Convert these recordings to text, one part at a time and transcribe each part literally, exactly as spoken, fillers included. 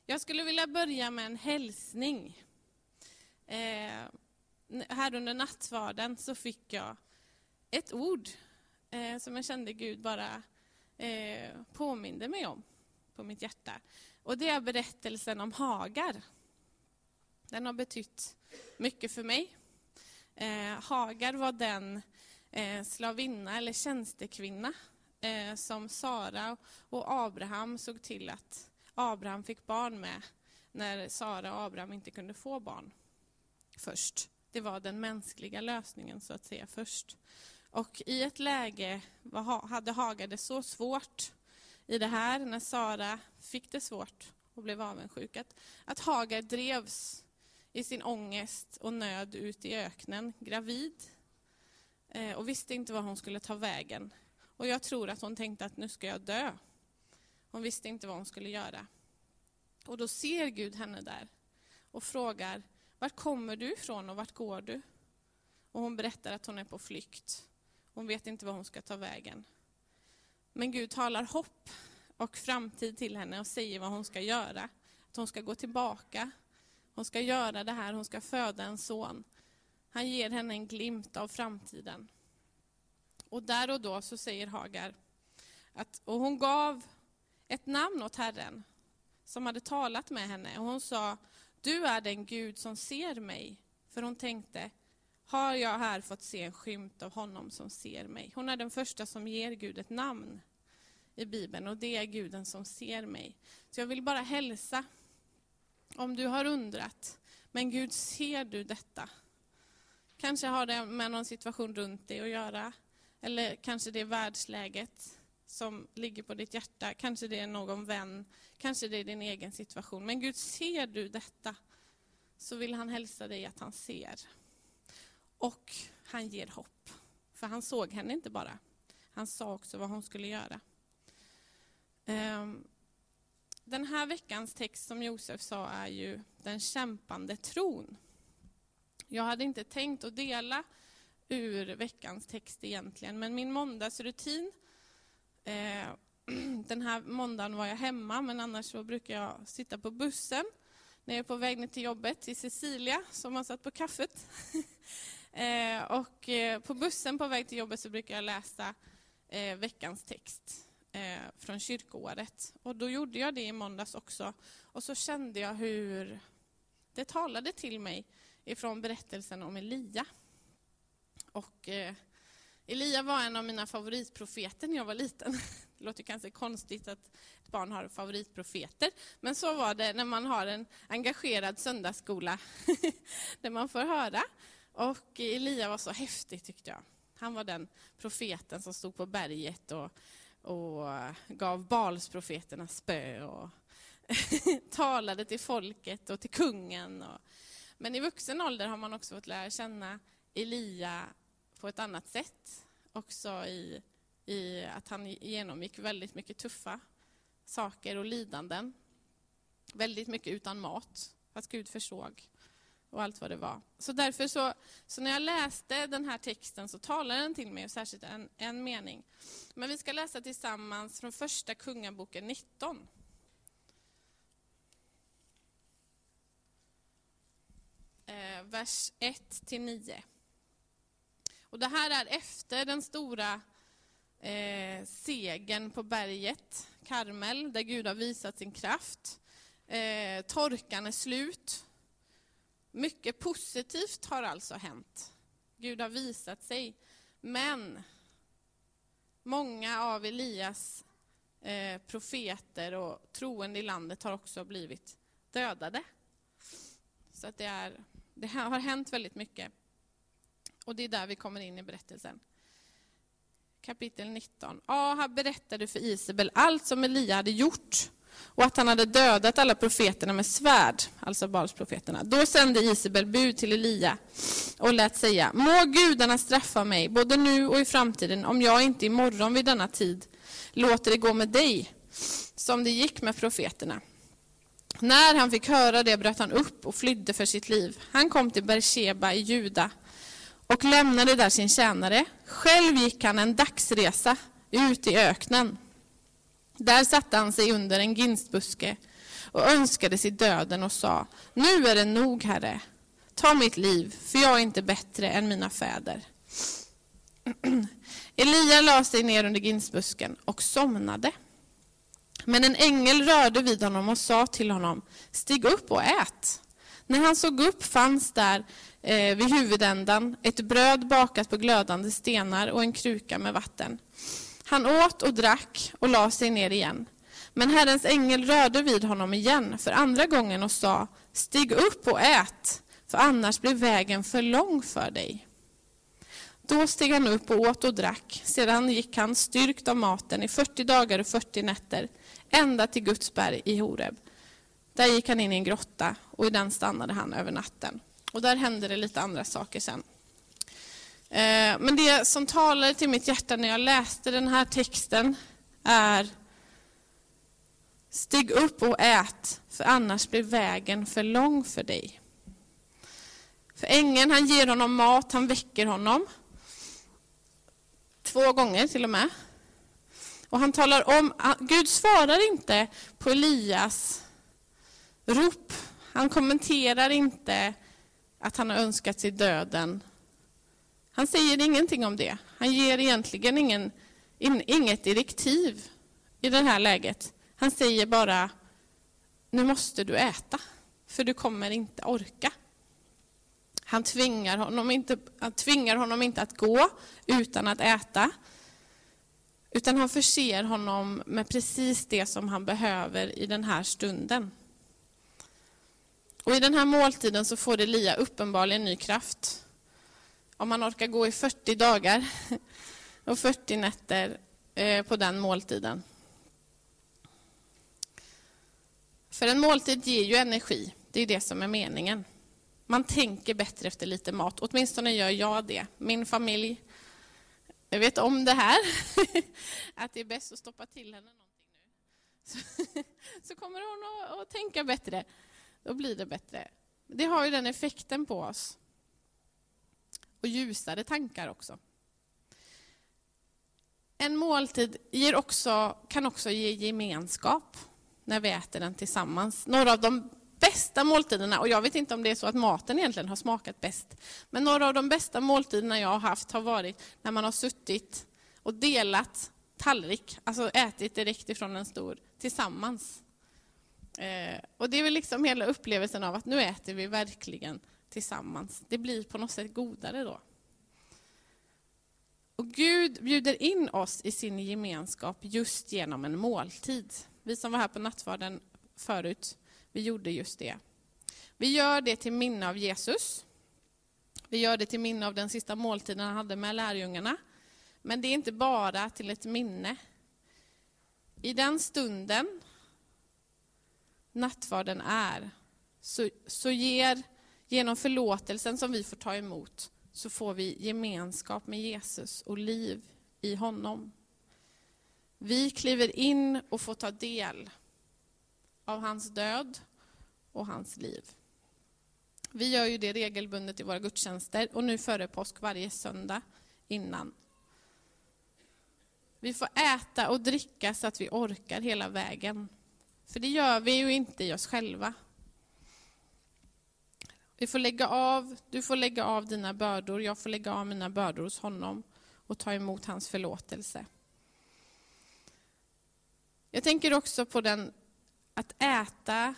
Jag skulle vilja börja med en hälsning. Eh, här under nattvarden så fick jag ett ord eh, som jag kände Gud bara eh, påminde mig om på mitt hjärta. Och det är berättelsen om Hagar. Den har betytt mycket för mig. Eh, Hagar var den eh, slavinna eller tjänstekvinna eh, som Sara och Abraham såg till att Abraham fick barn med när Sara och Abraham inte kunde få barn först. Det var den mänskliga lösningen så att säga först. Och i ett läge var, hade Hagar det så svårt i det här när Sara fick det svårt och blev avundsjuk att, att Hagar drevs i sin ångest och nöd ut i öknen, gravid eh, och visste inte var hon skulle ta vägen. Och jag tror att hon tänkte att nu ska jag dö. Hon visste inte vad hon skulle göra. Och då ser Gud henne där och frågar, vart kommer du ifrån och vart går du? Och hon berättar att hon är på flykt. Hon vet inte var hon ska ta vägen. Men Gud talar hopp och framtid till henne och säger vad hon ska göra. Att hon ska gå tillbaka. Hon ska göra det här, hon ska föda en son. Han ger henne en glimt av framtiden. Och där och då så säger Hagar att, och hon gav ett namn åt Herren som hade talat med henne. Och hon sa, du är den Gud som ser mig. För hon tänkte, har jag här fått se en skymt av honom som ser mig? Hon är den första som ger Gud ett namn i Bibeln. Och det är Guden som ser mig. Så jag vill bara hälsa. Om du har undrat, men Gud, ser du detta? Kanske har det med någon situation runt dig att göra. Eller kanske det är världsläget som ligger på ditt hjärta. Kanske det är någon vän. Kanske det är din egen situation. Men Gud, ser du detta? Så vill han hälsa dig att han ser. Och han ger hopp. För han såg henne inte bara. Han sa också vad hon skulle göra. Um, Den här veckans text som Josef sa är ju den kämpande tron. Jag hade inte tänkt att dela ur veckans text egentligen. Men min måndagsrutin, eh, den här måndagen var jag hemma. Men annars så brukar jag sitta på bussen när jag är på väg ner till jobbet till Cecilia som har satt på kaffet. eh, och eh, på bussen på väg till jobbet så brukar jag läsa eh, veckans text från kyrkoåret. Och då gjorde jag det i måndags också. Och så kände jag hur det talade till mig ifrån berättelsen om Elia. Och eh, Elia var en av mina favoritprofeter när jag var liten. Det låter kanske konstigt att ett barn har favoritprofeter. Men så var det när man har en engagerad söndagsskola där man får höra. Och Elia var så häftig tyckte jag. Han var den profeten som stod på berget och och gav Baalsprofeterna spö och talade till folket och till kungen. Och, men i vuxen ålder har man också fått lära känna Elia på ett annat sätt. Också i, i att han genomgick väldigt mycket tuffa saker och lidanden. Väldigt mycket utan mat, fast Gud försåg och allt vad det var. Så därför så, så när jag läste den här texten så talade den till mig, och särskilt en, en mening. Men vi ska läsa tillsammans från första Kungaboken nitton. Eh, vers ett till nio. Och det här är efter den stora eh, segern på berget Karmel, där Gud har visat sin kraft. Eh, torkan är slut. Mycket positivt har alltså hänt. Gud har visat sig. Men många av Elias eh, profeter och troende i landet har också blivit dödade. Så att det, är, det har hänt väldigt mycket. Och det är där vi kommer in i berättelsen. Kapitel nitton. Ahab berättade för Isabel allt som Elia hade gjort. Och att han hade dödat alla profeterna med svärd, alltså Baalsprofeterna. Då sände Isabel bud till Elia och lät säga: må gudarna straffa mig, både nu och i framtiden, om jag inte imorgon vid denna tid låter det gå med dig, som det gick med profeterna. När han fick höra det bröt han upp och flydde för sitt liv. Han kom till Beersheba i Juda och lämnade där sin tjänare. Själv gick han en dagsresa ut i öknen. Där satte han sig under en ginstbuske och önskade sig döden och sa: nu är det nog, Herre. Ta mitt liv, för jag är inte bättre än mina fäder. Elia la sig ner under ginsbusken och somnade. Men en ängel rörde vid honom och sa till honom: stig upp och ät. När han såg upp fanns där eh, vid huvudändan ett bröd bakat på glödande stenar och en kruka med vatten. Han åt och drack och la sig ner igen. Men Herrens ängel rörde vid honom igen för andra gången och sa: stig upp och ät, för annars blir vägen för lång för dig. Då steg han upp och åt och drack. Sedan gick han styrkt av maten i fyrtio dagar och fyrtio nätter, ända till Guds berg i Horeb. Där gick han in i en grotta och i den stannade han över natten. Och där hände det lite andra saker sen. Men det som talade till mitt hjärta när jag läste den här texten är: stig upp och ät, för annars blir vägen för lång för dig. För ängeln, han ger honom mat, han väcker honom. Två gånger till och med. Och han talar om, Gud svarar inte på Elias rop. Han kommenterar inte att han har önskat sig döden. Han säger ingenting om det. Han ger egentligen ingen, in, inget direktiv i det här läget. Han säger bara: nu måste du äta, för du kommer inte orka. Han tvingar honom inte, han tvingar honom inte att gå utan att äta. Utan han förser honom med precis det som han behöver i den här stunden. Och i den här måltiden så får Elia uppenbarligen ny kraft. Om man orkar gå i fyrtio dagar och fyrtio nätter på den måltiden. För en måltid ger ju energi. Det är det som är meningen. Man tänker bättre efter lite mat. Åtminstone gör jag det. Min familj, jag vet om det här. Att det är bäst att stoppa till henne någonting nu. Så, så kommer hon att, att tänka bättre. Då blir det bättre. Det har ju den effekten på oss. Och ljusare tankar också. En måltid ger också, kan också ge gemenskap när vi äter den tillsammans. Några av de bästa måltiderna, och jag vet inte om det är så att maten egentligen har smakat bäst, men några av de bästa måltiderna jag har haft har varit när man har suttit och delat tallrik, alltså ätit direkt ifrån en stor, tillsammans. Eh, och det är väl liksom hela upplevelsen av att nu äter vi verkligen tillsammans. Det blir på något sätt godare då. Och Gud bjuder in oss i sin gemenskap just genom en måltid. Vi som var här på nattvarden förut, vi gjorde just det. Vi gör det till minne av Jesus. Vi gör det till minne av den sista måltiden han hade med lärjungarna. Men det är inte bara till ett minne. I den stunden nattvarden är, så, så ger, genom förlåtelsen som vi får ta emot, så får vi gemenskap med Jesus och liv i honom. Vi kliver in och får ta del av hans död och hans liv. Vi gör ju det regelbundet i våra gudstjänster och nu före påsk varje söndag innan. Vi får äta och dricka så att vi orkar hela vägen. För det gör vi ju inte i oss själva. Vi får lägga av, du får lägga av dina bördor, jag får lägga av mina bördor hos honom och ta emot hans förlåtelse. Jag tänker också på den, att äta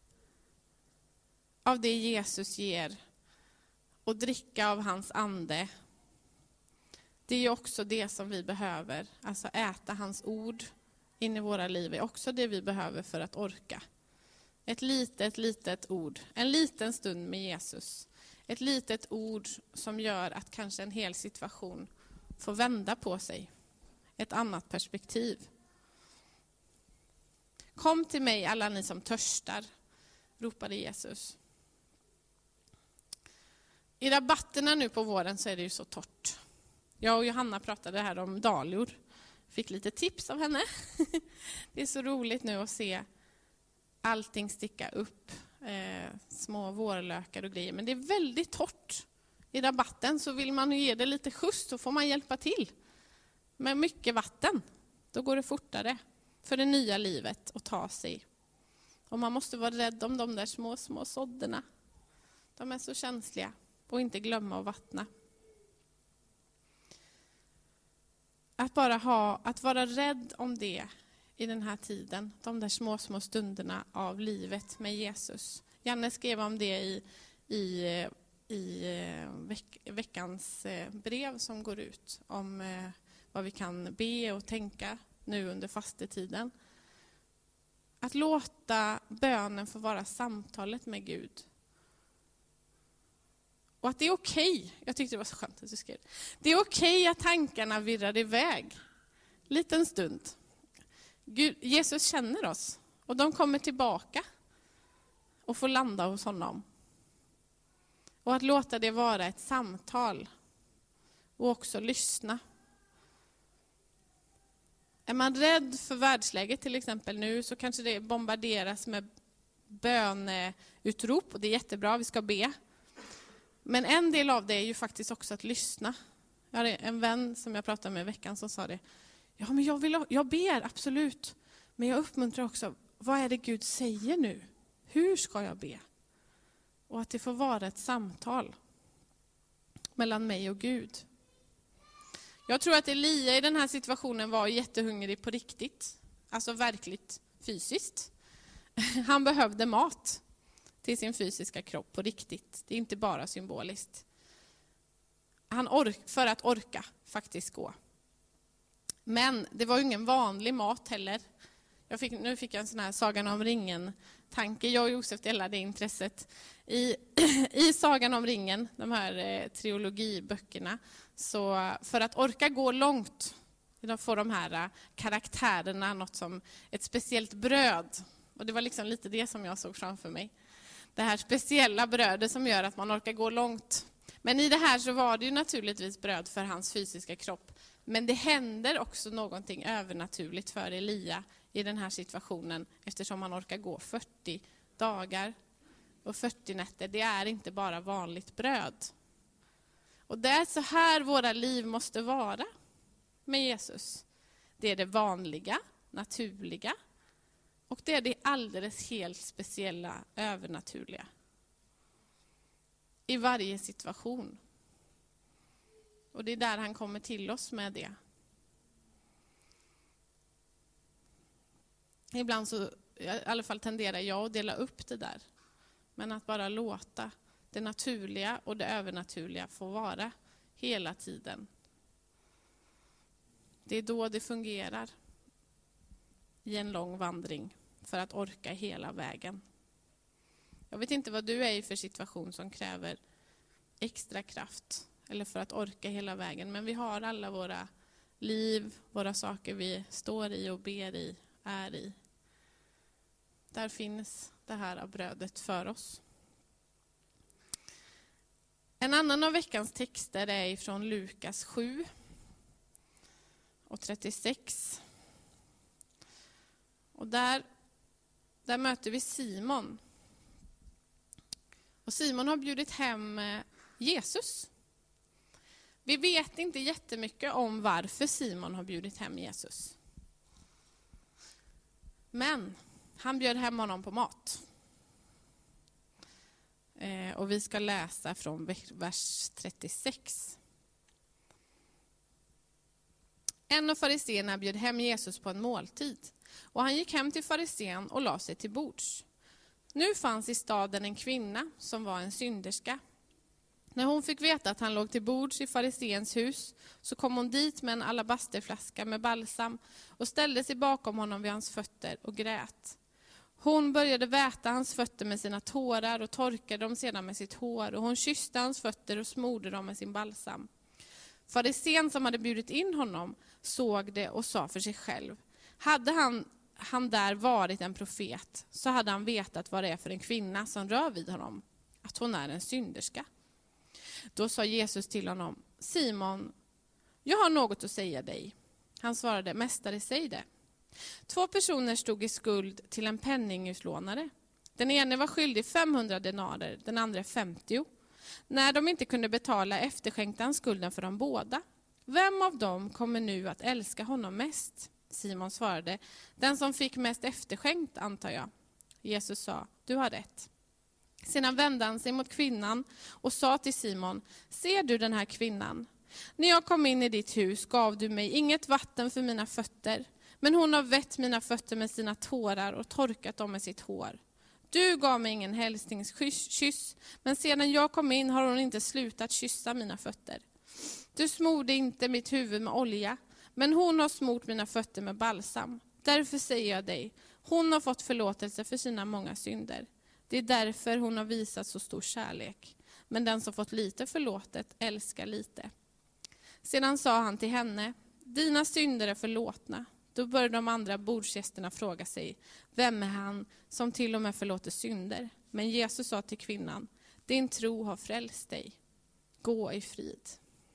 av det Jesus ger och dricka av hans ande. Det är också det som vi behöver. Alltså äta hans ord in i våra liv är också det vi behöver för att orka. Ett litet, litet ord. En liten stund med Jesus. Ett litet ord som gör att kanske en hel situation får vända på sig. Ett annat perspektiv. Kom till mig alla ni som törstar, ropade Jesus. I rabatterna nu på våren så är det ju så torrt. Jag och Johanna pratade här om dahlior. Fick lite tips av henne. Det är så roligt nu att se allting sticka upp. Eh, små vårlökar och grejer. Men det är väldigt torrt i rabatten. Så vill man ge det lite skjuts så får man hjälpa till. Med mycket vatten. Då går det fortare för det nya livet att ta sig. Och man måste vara rädd om de där små, små sådderna. De är så känsliga. Och inte glömma att vattna. Att bara ha, att vara rädd om det i den här tiden. De där små, små stunderna av livet med Jesus. Janne skrev om det i, i, i veck, veckans brev som går ut. Om vad vi kan be och tänka nu under fastetiden. Att låta bönen få vara samtalet med Gud. Och att det är okej. Jag tyckte det var så skönt att du skrev. Det är okej att tankarna virrar iväg. Liten stund. Gud, Jesus känner oss. Och de kommer tillbaka. Och får landa hos honom. Och att låta det vara ett samtal. Och också lyssna. Är man rädd för världsläget till exempel nu, så kanske det bombarderas med böneutrop. Och det är jättebra, vi ska be. Men en del av det är ju faktiskt också att lyssna. Jag hade en vän som jag pratade med i veckan som sa det. Ja, men jag, vill, jag ber, absolut. Men jag uppmuntrar också, vad är det Gud säger nu? Hur ska jag be? Och att det får vara ett samtal mellan mig och Gud. Jag tror att Elia i den här situationen var jättehungrig på riktigt. Alltså verkligt fysiskt. Han behövde mat till sin fysiska kropp på riktigt. Det är inte bara symboliskt. Han ork, för att orka faktiskt gå. Men det var ju ingen vanlig mat heller. Jag fick, nu fick jag en sån här Sagan om ringen-tanke. Jag och Josef delade det intresset. I, I Sagan om ringen, de här eh, trilogiböckerna, så för att orka gå långt, då får de här eh, karaktärerna något som ett speciellt bröd. Och det var liksom lite det som jag såg framför mig. Det här speciella brödet som gör att man orkar gå långt. Men i det här så var det ju naturligtvis bröd för hans fysiska kropp. Men det händer också någonting övernaturligt för Elia i den här situationen, eftersom han orkar gå fyrtio dagar och fyrtio nätter. Det är inte bara vanligt bröd. Och det är så här våra liv måste vara med Jesus. Det är det vanliga, naturliga. Och det är det alldeles helt speciella, övernaturliga. I varje situation. Och det är där han kommer till oss med det. Ibland så, i alla fall tenderar jag att dela upp det där. Men att bara låta det naturliga och det övernaturliga få vara hela tiden. Det är då det fungerar i en lång vandring för att orka hela vägen. Jag vet inte vad du är i för situation som kräver extra kraft eller för att orka hela vägen. Men vi har alla våra liv, våra saker vi står i och ber i, är i. Där finns det här av brödet för oss. En annan av veckans texter är från Lukas sju och trettiosex. Och där, där möter vi Simon. Och Simon har bjudit hem Jesus. Vi vet inte jättemycket om varför Simon har bjudit hem Jesus. Men han bjöd hem honom på mat. Eh, och vi ska läsa från vers trettiosex. En av fariseerna bjöd hem Jesus på en måltid. Och han gick hem till farisén och la sig till bords. Nu fanns i staden en kvinna som var en synderska. När hon fick veta att han låg till bords i fariséns hus, så kom hon dit med en alabasterflaska med balsam och ställde sig bakom honom vid hans fötter och grät. Hon började väta hans fötter med sina tårar och torkade dem sedan med sitt hår, och hon kysste hans fötter och smorde dem med sin balsam. Farisén som hade bjudit in honom såg det och sa för sig själv: hade han, han där varit en profet, så hade han vetat vad det är för en kvinna som rör vid honom, att hon är en synderska. Då sa Jesus till honom: Simon, jag har något att säga dig. Han svarade: mästare, säg det. Två personer stod i skuld till en penningutlånare. Den ene var skyldig femhundra denarer, den andra femtio. När de inte kunde betala efterskänkte han skulden för dem båda. Vem av dem kommer nu att älska honom mest? Simon svarade: den som fick mest efterskänkt, antar jag. Jesus sa, du har rätt. Sedan vände han sig mot kvinnan och sa till Simon, ser du den här kvinnan? När jag kom in i ditt hus gav du mig inget vatten för mina fötter, men hon har vett mina fötter med sina tårar och torkat dem med sitt hår. Du gav mig ingen hälsningskyss, men sedan jag kom in har hon inte slutat kyssa mina fötter. Du smorde inte mitt huvud med olja, men hon har smort mina fötter med balsam. Därför säger jag dig, hon har fått förlåtelse för sina många synder. Det är därför hon har visat så stor kärlek. Men den som fått lite förlåtet älskar lite. Sedan sa han till henne, dina synder är förlåtna. Då började de andra bordsgästerna fråga sig, vem är han som till och med förlåter synder? Men Jesus sa till kvinnan, din tro har frälst dig. Gå i frid.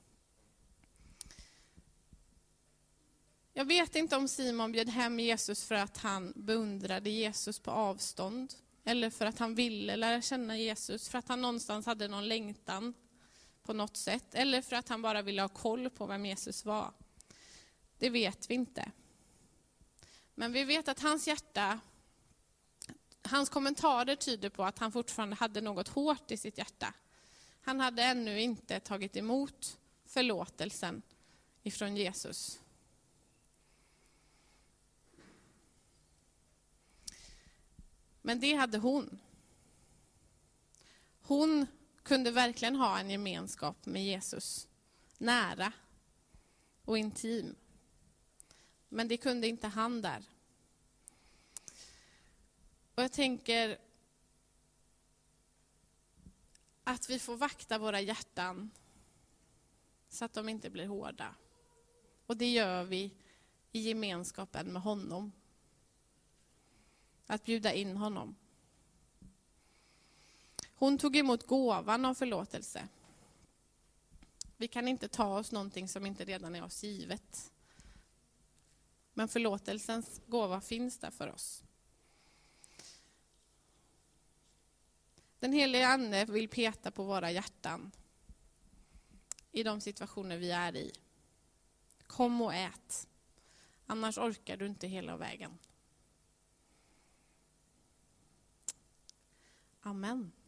Jag vet inte om Simon bjöd hem Jesus för att han beundrade Jesus på avstånd. Eller för att han ville lära känna Jesus. För att han någonstans hade någon längtan på något sätt. Eller för att han bara ville ha koll på vem Jesus var. Det vet vi inte. Men vi vet att hans hjärta, hans kommentarer tyder på att han fortfarande hade något hårt i sitt hjärta. Han hade ännu inte tagit emot förlåtelsen ifrån Jesus. Men det hade hon. Hon kunde verkligen ha en gemenskap med Jesus. Nära och intim. Men det kunde inte han där. Och jag tänker att vi får vakta våra hjärtan så att de inte blir hårda. Och det gör vi i gemenskapen med honom. Att bjuda in honom. Hon tog emot gåvan av förlåtelse. Vi kan inte ta oss någonting som inte redan är oss givet. Men förlåtelsens gåva finns där för oss. Den helige Ande vill peta på våra hjärtan i de situationer vi är i. Kom och ät. Annars orkar du inte hela vägen. Amen.